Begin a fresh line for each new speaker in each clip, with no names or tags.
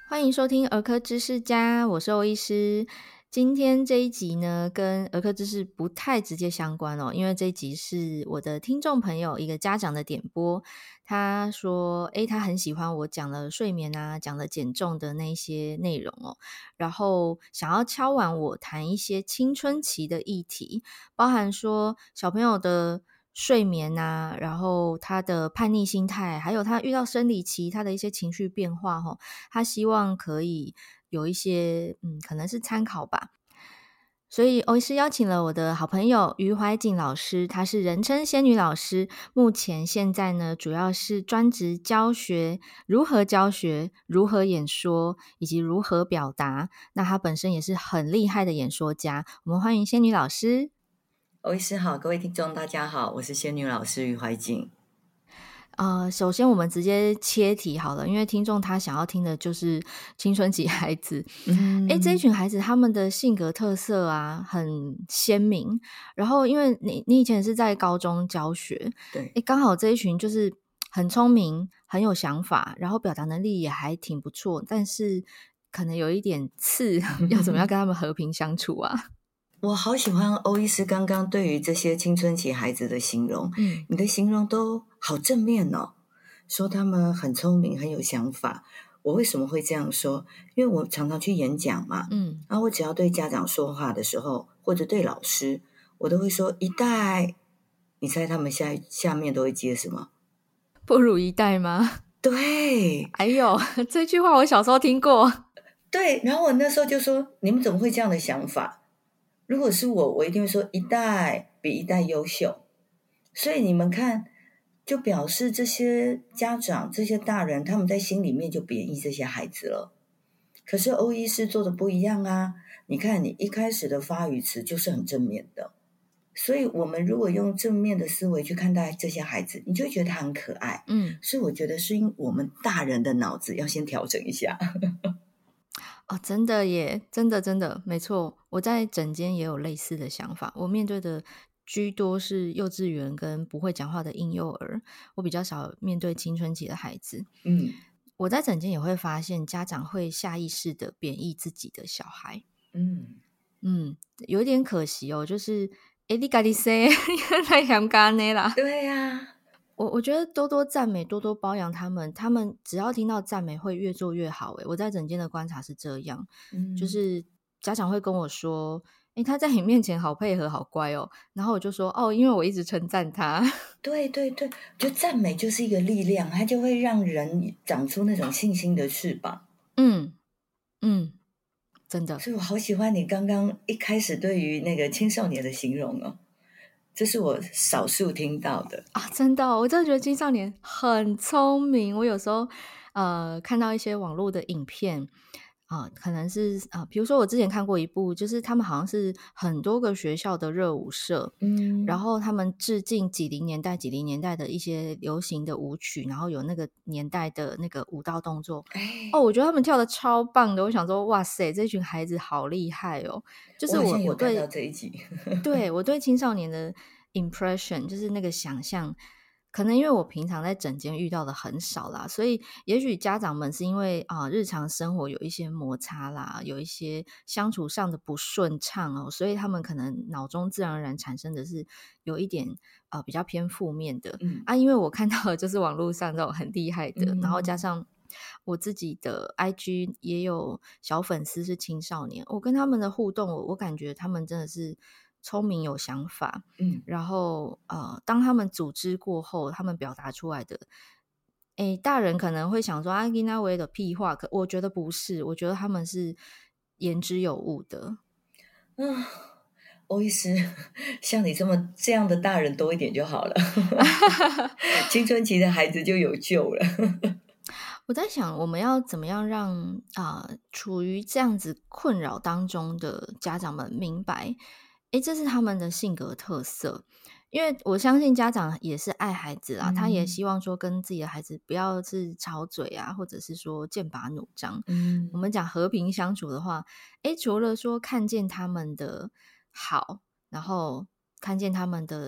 欢迎收听儿科知识家，我是欧医师。今天这一集呢，跟儿科知识不太直接相关哦，因为这一集是我的听众朋友一个家长的点播。他说，他很喜欢我讲了睡眠啊，讲了减重的那些内容哦，然后想要敲碗我谈一些青春期的议题，包含说小朋友的睡眠啊，然后他的叛逆心态，还有他遇到生理期他的一些情绪变化齁，他希望可以有一些可能是参考吧。所以欧医师邀请了我的好朋友余怀瑾老师，她是人称仙女老师，目前现在呢主要是专职教学，如何教学，如何演说，以及如何表达。那她本身也是很厉害的演说家，我们欢迎仙女老师。
欧医师好，各位听众大家好，我是仙女老师余怀瑾。
首先我们直接切题好了，因为听众他想要听的就是青春期孩子。这一群孩子他们的性格特色啊很鲜明，然后因为你以前是在高中教学，
对，
刚好这一群就是很聪明，很有想法，然后表达能力也还挺不错，但是可能有一点刺，要怎么样跟他们和平相处啊？
我好喜欢欧医师刚刚对于这些青春期孩子的形容，你的形容都好正面哦，说他们很聪明，很有想法。我为什么会这样说？因为我常常去演讲嘛，然后我只要对家长说话的时候，或者对老师，我都会说一代，你猜他们下面都会接什么？
不如一代吗？
对，
哎呦，这句话我小时候听过。
对，然后我那时候就说，你们怎么会这样的想法？如果是我，我一定会说一代比一代优秀。所以你们看，就表示这些家长、这些大人，他们在心里面就贬义这些孩子了。可是欧医师做的不一样啊！你看，你一开始的发语词就是很正面的，所以我们如果用正面的思维去看待这些孩子，你就会觉得他很可爱。所以我觉得是因我们大人的脑子要先调整一下。
哦，真的耶，真的，没错。我在诊间也有类似的想法，我面对的居多是幼稚园跟不会讲话的婴幼儿，我比较少面对青春期的孩子。我在诊间也会发现，家长会下意识的贬义自己的小孩。
嗯，
有点可惜哦，就是你家己生太嫌干呢啦。
对呀、
我觉得多多赞美，多多包养他们，他们只要听到赞美会越做越好。我在诊间的观察是这样，就
嗯。
是家长会跟我说，他在你面前好配合，好乖哦。然后我就说，因为我一直称赞他。
对对对，就赞美就是一个力量，它就会让人长出那种信心的翅膀。
嗯嗯，真的
所以我好喜欢你刚刚一开始对于那个青少年的形容哦，这是我少数听到的。
啊，真的哦，我真的觉得青少年很聪明。我有时候看到一些网络的影片可能是比如说我之前看过一部，就是他们好像是很多个学校的热舞社，然
嗯，
后他们致敬几零年代的一些流行的舞曲，然后有那个年代的那个舞蹈动作。
哎，
我觉得他们跳的超棒的，我想说，哇塞，这群孩子好厉害哦！就是
我好像
我
有看到
对
这一集。
我对青少年的 impression 就是那个想象，可能因为我平常在诊间遇到的很少啦，所以也许家长们是因为日常生活有一些摩擦啦，有一些相处上的不顺畅哦，所以他们可能脑中自然而然产生的是有一点比较偏负面的
嗯
因为我看到的就是网络上这种很厉害的，然后加
嗯
上我自己的 IG 也有小粉丝是青少年，我跟他们的互动，我感觉他们真的是聪明有想法，
嗯，
然后当他们组织过后，他们表达出来的，大人可能会想说跟他维的屁话，可我觉得不是，我觉得他们是言之有物的。
啊，欧医师，像你这样的大人多一点就好了，青春期的孩子就有救了。
我在想，我们要怎么样让处于这样子困扰当中的家长们明白，这是他们的性格特色。因为我相信家长也是爱孩子啦，他也
嗯
希望说跟自己的孩子不要是吵嘴啊，或者是说剑拔弩张。我
嗯
们讲和平相处的话，除了说看见他们的好，然后看见他们的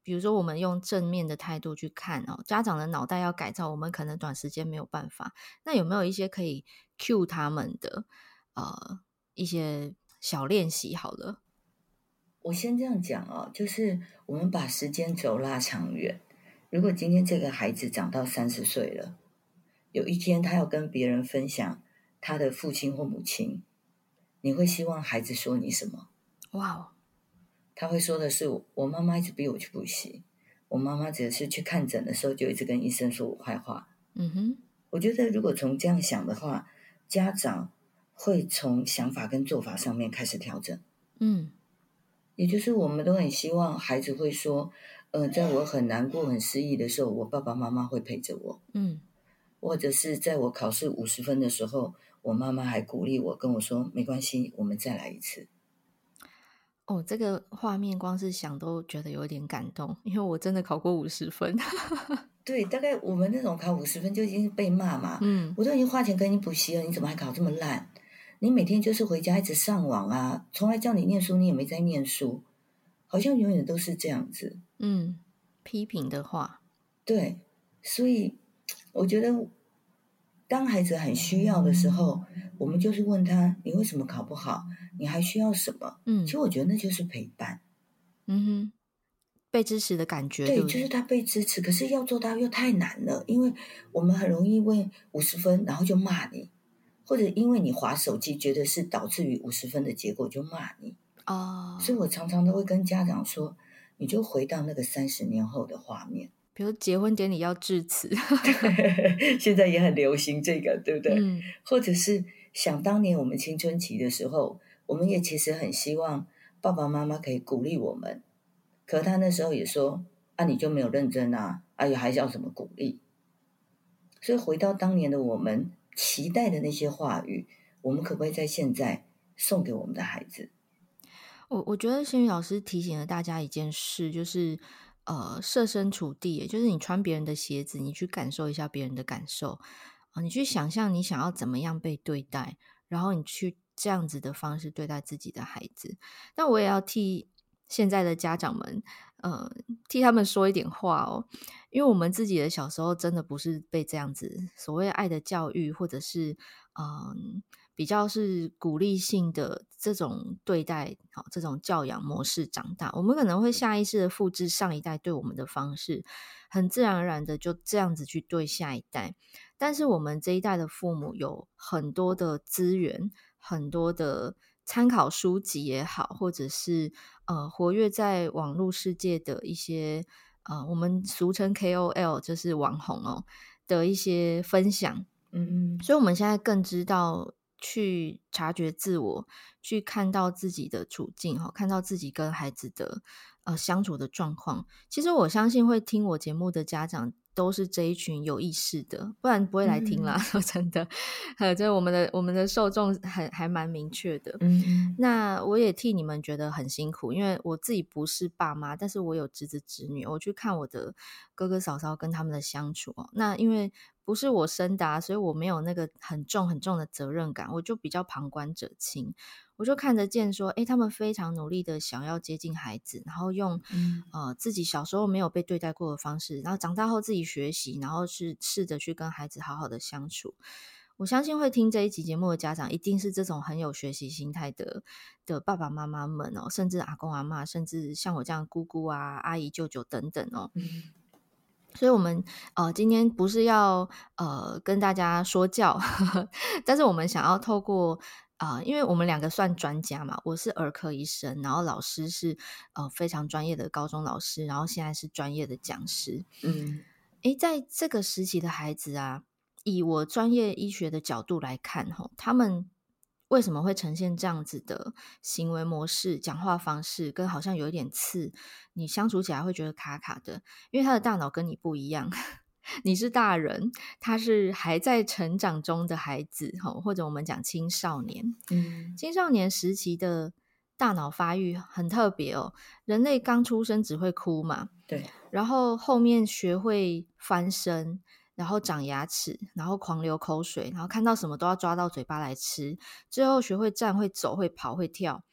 比如说我们用正面的态度去看哦，家长的脑袋要改造，我们可能短时间没有办法。那有没有一些可以 cue 他们的一些小练习？好了，
我先这样讲哦，就是我们把时间轴拉长远。如果今天这个孩子长到30岁了，有一天他要跟别人分享他的父亲或母亲，你会希望孩子说你什么？
哇哦，
他会说的是，我妈妈一直逼我去补习，我妈妈只是去看诊的时候就一直跟医生说我坏话。
嗯哼，
我觉得如果从这样想的话，家长会从想法跟做法上面开始调整。
嗯
也就是我们都很希望孩子会说，在我很难过、很失意的时候，我爸爸妈妈会陪着我，
嗯，
或者是在我考试50分的时候，我妈妈还鼓励我，跟我说没关系，我们再来一次。
哦，这个画面光是想都觉得有点感动，因为我真的考过50分。
对，大概我们那种考50分就已经被骂嘛，
嗯
我都已经花钱给你补习了，你怎么还考这么烂？你每天就是回家一直上网啊，从来叫你念书你也没在念书，好像永远都是这样子。
嗯，批评的话，
对，所以我觉得，当孩子很需要的时候，我们就是问他：你为什么考不好？你还需要什么？其实我觉得那就是陪伴。
嗯哼，被支持的感觉，对
对，
不对？
就是他被支持，可是要做到又太难了，因为我们很容易为50分，然后就骂你，或者因为你滑手机，觉得是导致于50分的结果就骂你。所以
哦，
我常常都会跟家长说，你就回到那个30年后的画面。
比如结婚典礼要致辞，
现在也很流行这个，对不对？
嗯
或者是想当年我们青春期的时候，我们也其实很希望爸爸妈妈可以鼓励我们，可他那时候也说：啊，你就没有认真啊，哎呀，还要怎么鼓励？所以回到当年的我们期待的那些话语，我们可不可以在现在送给我们的孩子？
我觉得心宇老师提醒了大家一件事，就是设身处地，也就是你穿别人的鞋子，你去感受一下别人的感受你去想象你想要怎么样被对待，然后你去这样子的方式对待自己的孩子。但我也要替现在的家长们，替他们说一点话哦，因为我们自己的小时候真的不是被这样子所谓爱的教育，或者是比较是鼓励性的这种对待，好这种教养模式长大，我们可能会下意识的复制上一代对我们的方式，很自然而然的就这样子去对下一代。但是我们这一代的父母有很多的资源，很多的参考书籍也好，或者是活跃在网络世界的一些我们俗称 KOL 就是网红哦的一些分享，所以我们现在更知道去察觉自我，去看到自己的处境看到自己跟孩子的相处的状况。其实我相信会听我节目的家长都是这一群有意识的，不然不会来听啦。说真的，这我们的受众还蛮明确的。那我也替你们觉得很辛苦，因为我自己不是爸妈，但是我有侄子侄女，我去看我的哥哥嫂嫂跟他们的相处那因为不是我生的所以我没有那个很重很重的责任感，我就比较旁观者清。我就看得见说，他们非常努力的想要接近孩子，然后用自己小时候没有被对待过的方式，然后长大后自己学习，然后是试着去跟孩子好好的相处。我相信会听这一集节目的家长，一定是这种很有学习心态的爸爸妈妈们甚至阿公阿嬷，甚至像我这样姑姑啊、阿姨、舅舅等等所以我们今天不是要跟大家说教，但是我们想要透过因为我们两个算专家嘛，我是儿科医生，然后老师是非常专业的高中老师，然后现在是专业的讲师。在这个时期的孩子以我专业医学的角度来看他们为什么会呈现这样子的行为模式、讲话方式，跟好像有一点刺，你相处起来会觉得卡卡的，因为他的大脑跟你不一样。你是大人，他是还在成长中的孩子或者我们讲青少年。青少年时期的大脑发育很特别人类刚出生只会哭嘛，
对，
然后后面学会翻身，然后长牙齿，然后狂流口水，然后看到什么都要抓到嘴巴来吃，最后学会站、会走、会跑、会跳，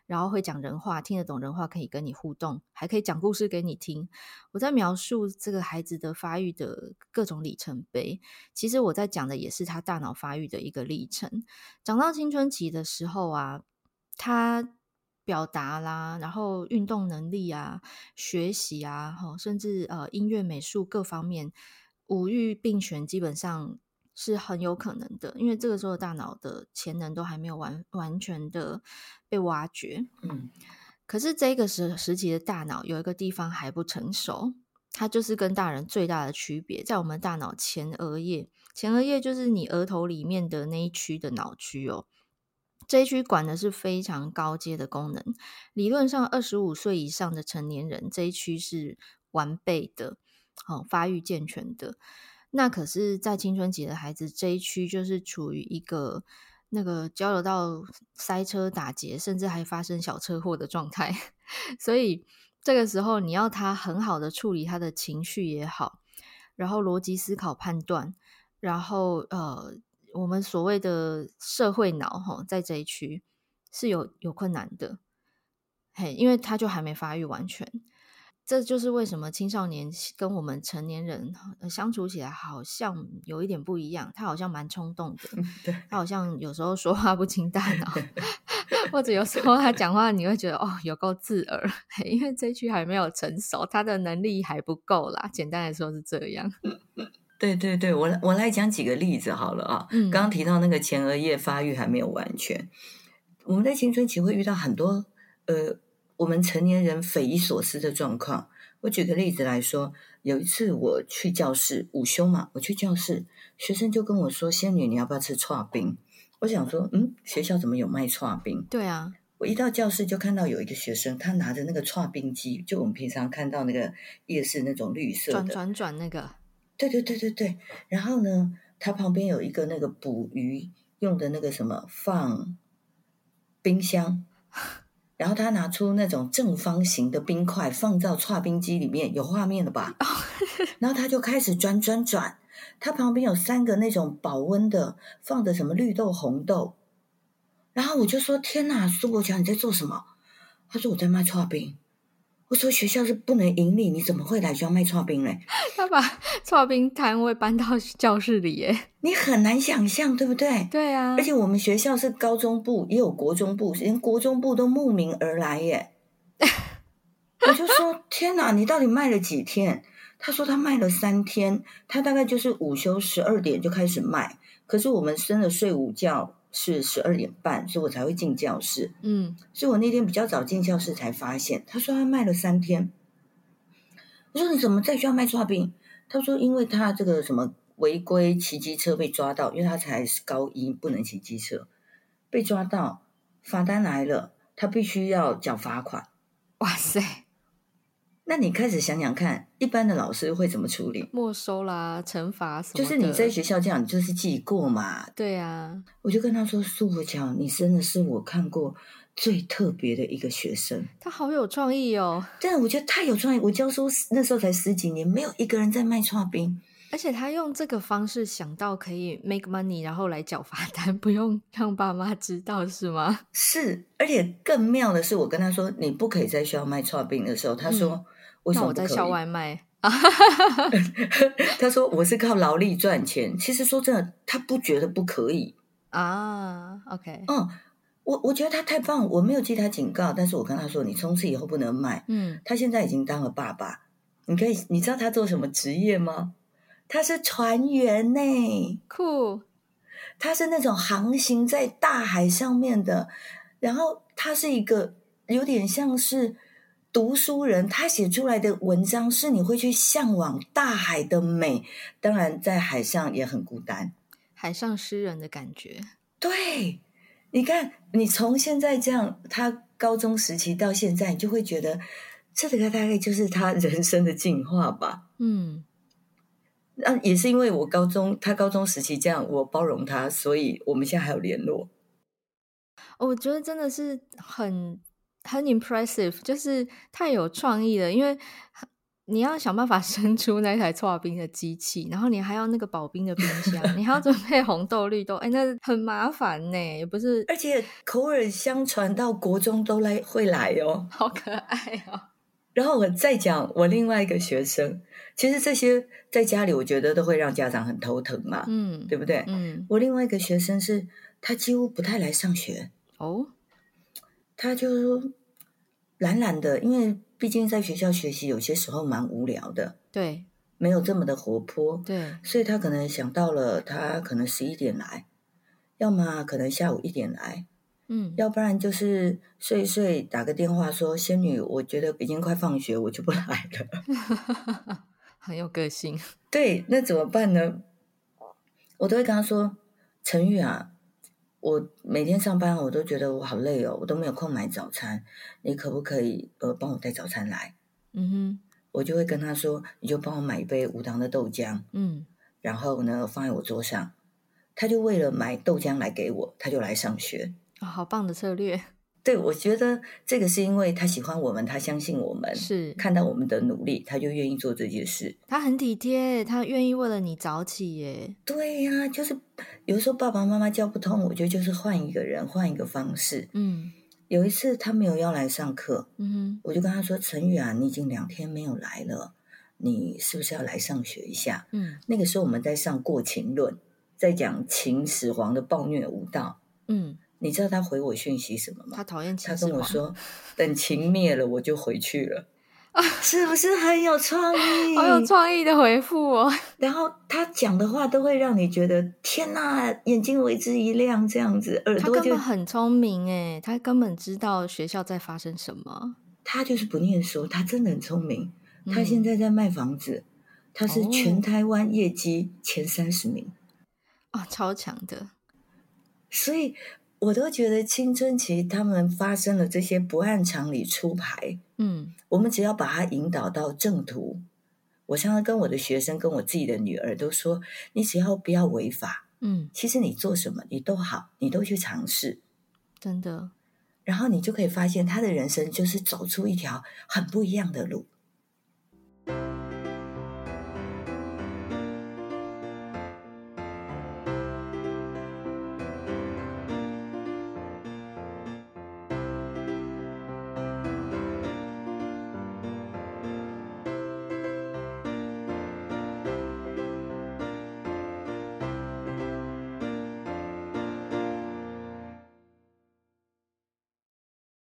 然后会讲人话，听得懂人话，可以跟你互动，还可以讲故事给你听。我在描述这个孩子的发育的各种里程碑，其实我在讲的也是他大脑发育的一个历程。长到青春期的时候啊，他表达啦，然后运动能力啊，学习啊，甚至音乐、美术各方面五育并全，基本上是很有可能的，因为这个时候大脑的潜能都还没有完全的被挖掘。可是这个时期的大脑有一个地方还不成熟，它就是跟大人最大的区别，在我们大脑前额叶，前额叶就是你额头里面的那一区的脑区哦。这一区管的是非常高阶的功能，理论上25岁以上的成年人这一区是完备的，发育健全的。那可是在青春期的孩子这一区就是处于一个那个交流道塞车打结，甚至还发生小车祸的状态。所以这个时候你要他很好的处理他的情绪也好，然后逻辑思考判断，然后我们所谓的社会脑在这一区是有困难的，因为他就还没发育完全。这就是为什么青少年跟我们成年人相处起来好像有一点不一样，他好像蛮冲动的，
对，
他好像有时候说话不经大脑，或者有时候他讲话你会觉得有够刺耳，因为这一区还没有成熟，他的能力还不够啦，简单来说是这样。
对对对，我来讲几个例子好了啊。刚刚提到那个前额叶发育还没有完全，我们在青春期会遇到很多我们成年人匪夷所思的状况。我举个例子来说，有一次我去教室午休嘛，我去教室，学生就跟我说：“仙女，你要不要吃剉冰？”我想说，学校怎么有卖剉冰？
对啊，
我一到教室就看到有一个学生，他拿着那个剉冰机，就我们平常看到那个夜市那种绿色的，
转那个。
对对对对对。然后呢，他旁边有一个那个捕鱼用的那个什么放冰箱，然后他拿出那种正方形的冰块放到剉冰机里面，有画面了吧？然后他就开始转，他旁边有3个那种保温的，放的什么绿豆、红豆。然后我就说：“天哪，苏国强你在做什么？”他说：“我在卖剉冰。”我说：“学校是不能盈利，你怎么会来学校卖剉冰嘞？”
他把剉冰摊位搬到教室里耶，
你很难想象，对不对？
对啊，
而且我们学校是高中部，也有国中部，连国中部都慕名而来耶。我就说：“天哪，你到底卖了几天？”他说他卖了3天，他大概就是午休12点就开始卖，可是我们真的睡午觉是12点半，所以我才会进教室。所以我那天比较早进教室才发现，他说他卖了3天。我说你怎么在学校卖剉冰？他说因为他这个什么违规骑机车被抓到，因为他才是高一，不能骑机车，被抓到，罚单来了，他必须要缴罚款。
哇塞，
那你开始想想看，一般的老师会怎么处理？
没收啦，惩罚什么的，
就是你在学校这样，你就是记过嘛。
对啊，
我就跟他说：“苏国强，你真的是我看过最特别的一个学生。
他好有创意哦，
真的，我觉得太有创意。我教书那时候才10几年，没有一个人在卖剉冰。
而且他用这个方式想到可以 make money，然后来缴罚单，不用让爸妈知道是吗？
是，而且更妙的是，我跟他说你不可以在学校卖剉冰的时候，他说、为什么不可以？
那我在校外卖。
他说我是靠劳力赚钱。其实说真的，他不觉得不可以
啊。OK，
我觉得他太棒，我没有记他警告，但是我跟他说你从此以后不能卖。他现在已经当了爸爸，你知道他做什么职业吗？他是船员呢，
酷，
他是那种航行在大海上面的，然后他是一个有点像是读书人，他写出来的文章是你会去向往大海的美，当然在海上也很孤单，
海上诗人的感觉。
对，你看你从现在这样他高中时期到现在，你就会觉得这个大概就是他人生的进化吧。也是因为他高中时期这样，我包容他，所以我们现在还有联络。
我觉得真的是很 impressive，就是太有创意了。因为你要想办法生出那台剉冰的机器，然后你还要那个保冰的冰箱，你还要准备红豆绿豆，那很麻烦呢，也不是。
而且口耳相传到国中都会来哦，
好可爱哦。
然后我再讲我另外一个学生，其实这些在家里我觉得都会让家长很头疼嘛，对不对？我另外一个学生是他几乎不太来上学
哦，
他就懒懒的，因为毕竟在学校学习有些时候蛮无聊的，
对，
没有这么的活泼，
对，
所以他可能想到了，他可能11点来，要么可能下午1点来，要不然就是睡一睡打个电话说仙女我觉得已经快放学我就不来了
很有个性。
对，那怎么办呢？我都会跟他说陈玉啊，我每天上班我都觉得我好累哦，我都没有空买早餐，你可不可以帮我带早餐来？我就会跟他说你就帮我买一杯无糖的豆浆，然后呢放在我桌上，他就为了买豆浆来给我，他就来上学。
好棒的策略。
对，我觉得这个是因为他喜欢我们，他相信我们，
是
看到我们的努力，他就愿意做这件事。
他很体贴，他愿意为了你早起耶。
对呀，就是有时候爸爸妈妈叫不通，我觉得就是换一个人，换一个方式。有一次他没有要来上课，我就跟他说陈宇啊，你已经2天没有来了，你是不是要来上学一下？那个时候我们在上过秦论，在讲秦始皇的暴虐无道。你知道他回我讯息什么吗？
他讨厌秦始皇。
他跟我说等秦灭了我就回去了是不是很有创意？
好有创意的回复哦。
然后他讲的话都会让你觉得天哪，眼睛为之一亮，这样子耳朵就。
他根本很聪明耶，他根本知道学校在发生什么。
他就是不念书，他真的很聪明。他现在在卖房子，他是全台湾业绩前30名。
超强的。
所以我都觉得青春期他们发生了这些不按常理出牌，我们只要把它引导到正途。我常常跟我的学生跟我自己的女儿都说，你只要不要违法，其实你做什么你都好，你都去尝试，
真的。
然后你就可以发现他的人生就是走出一条很不一样的路。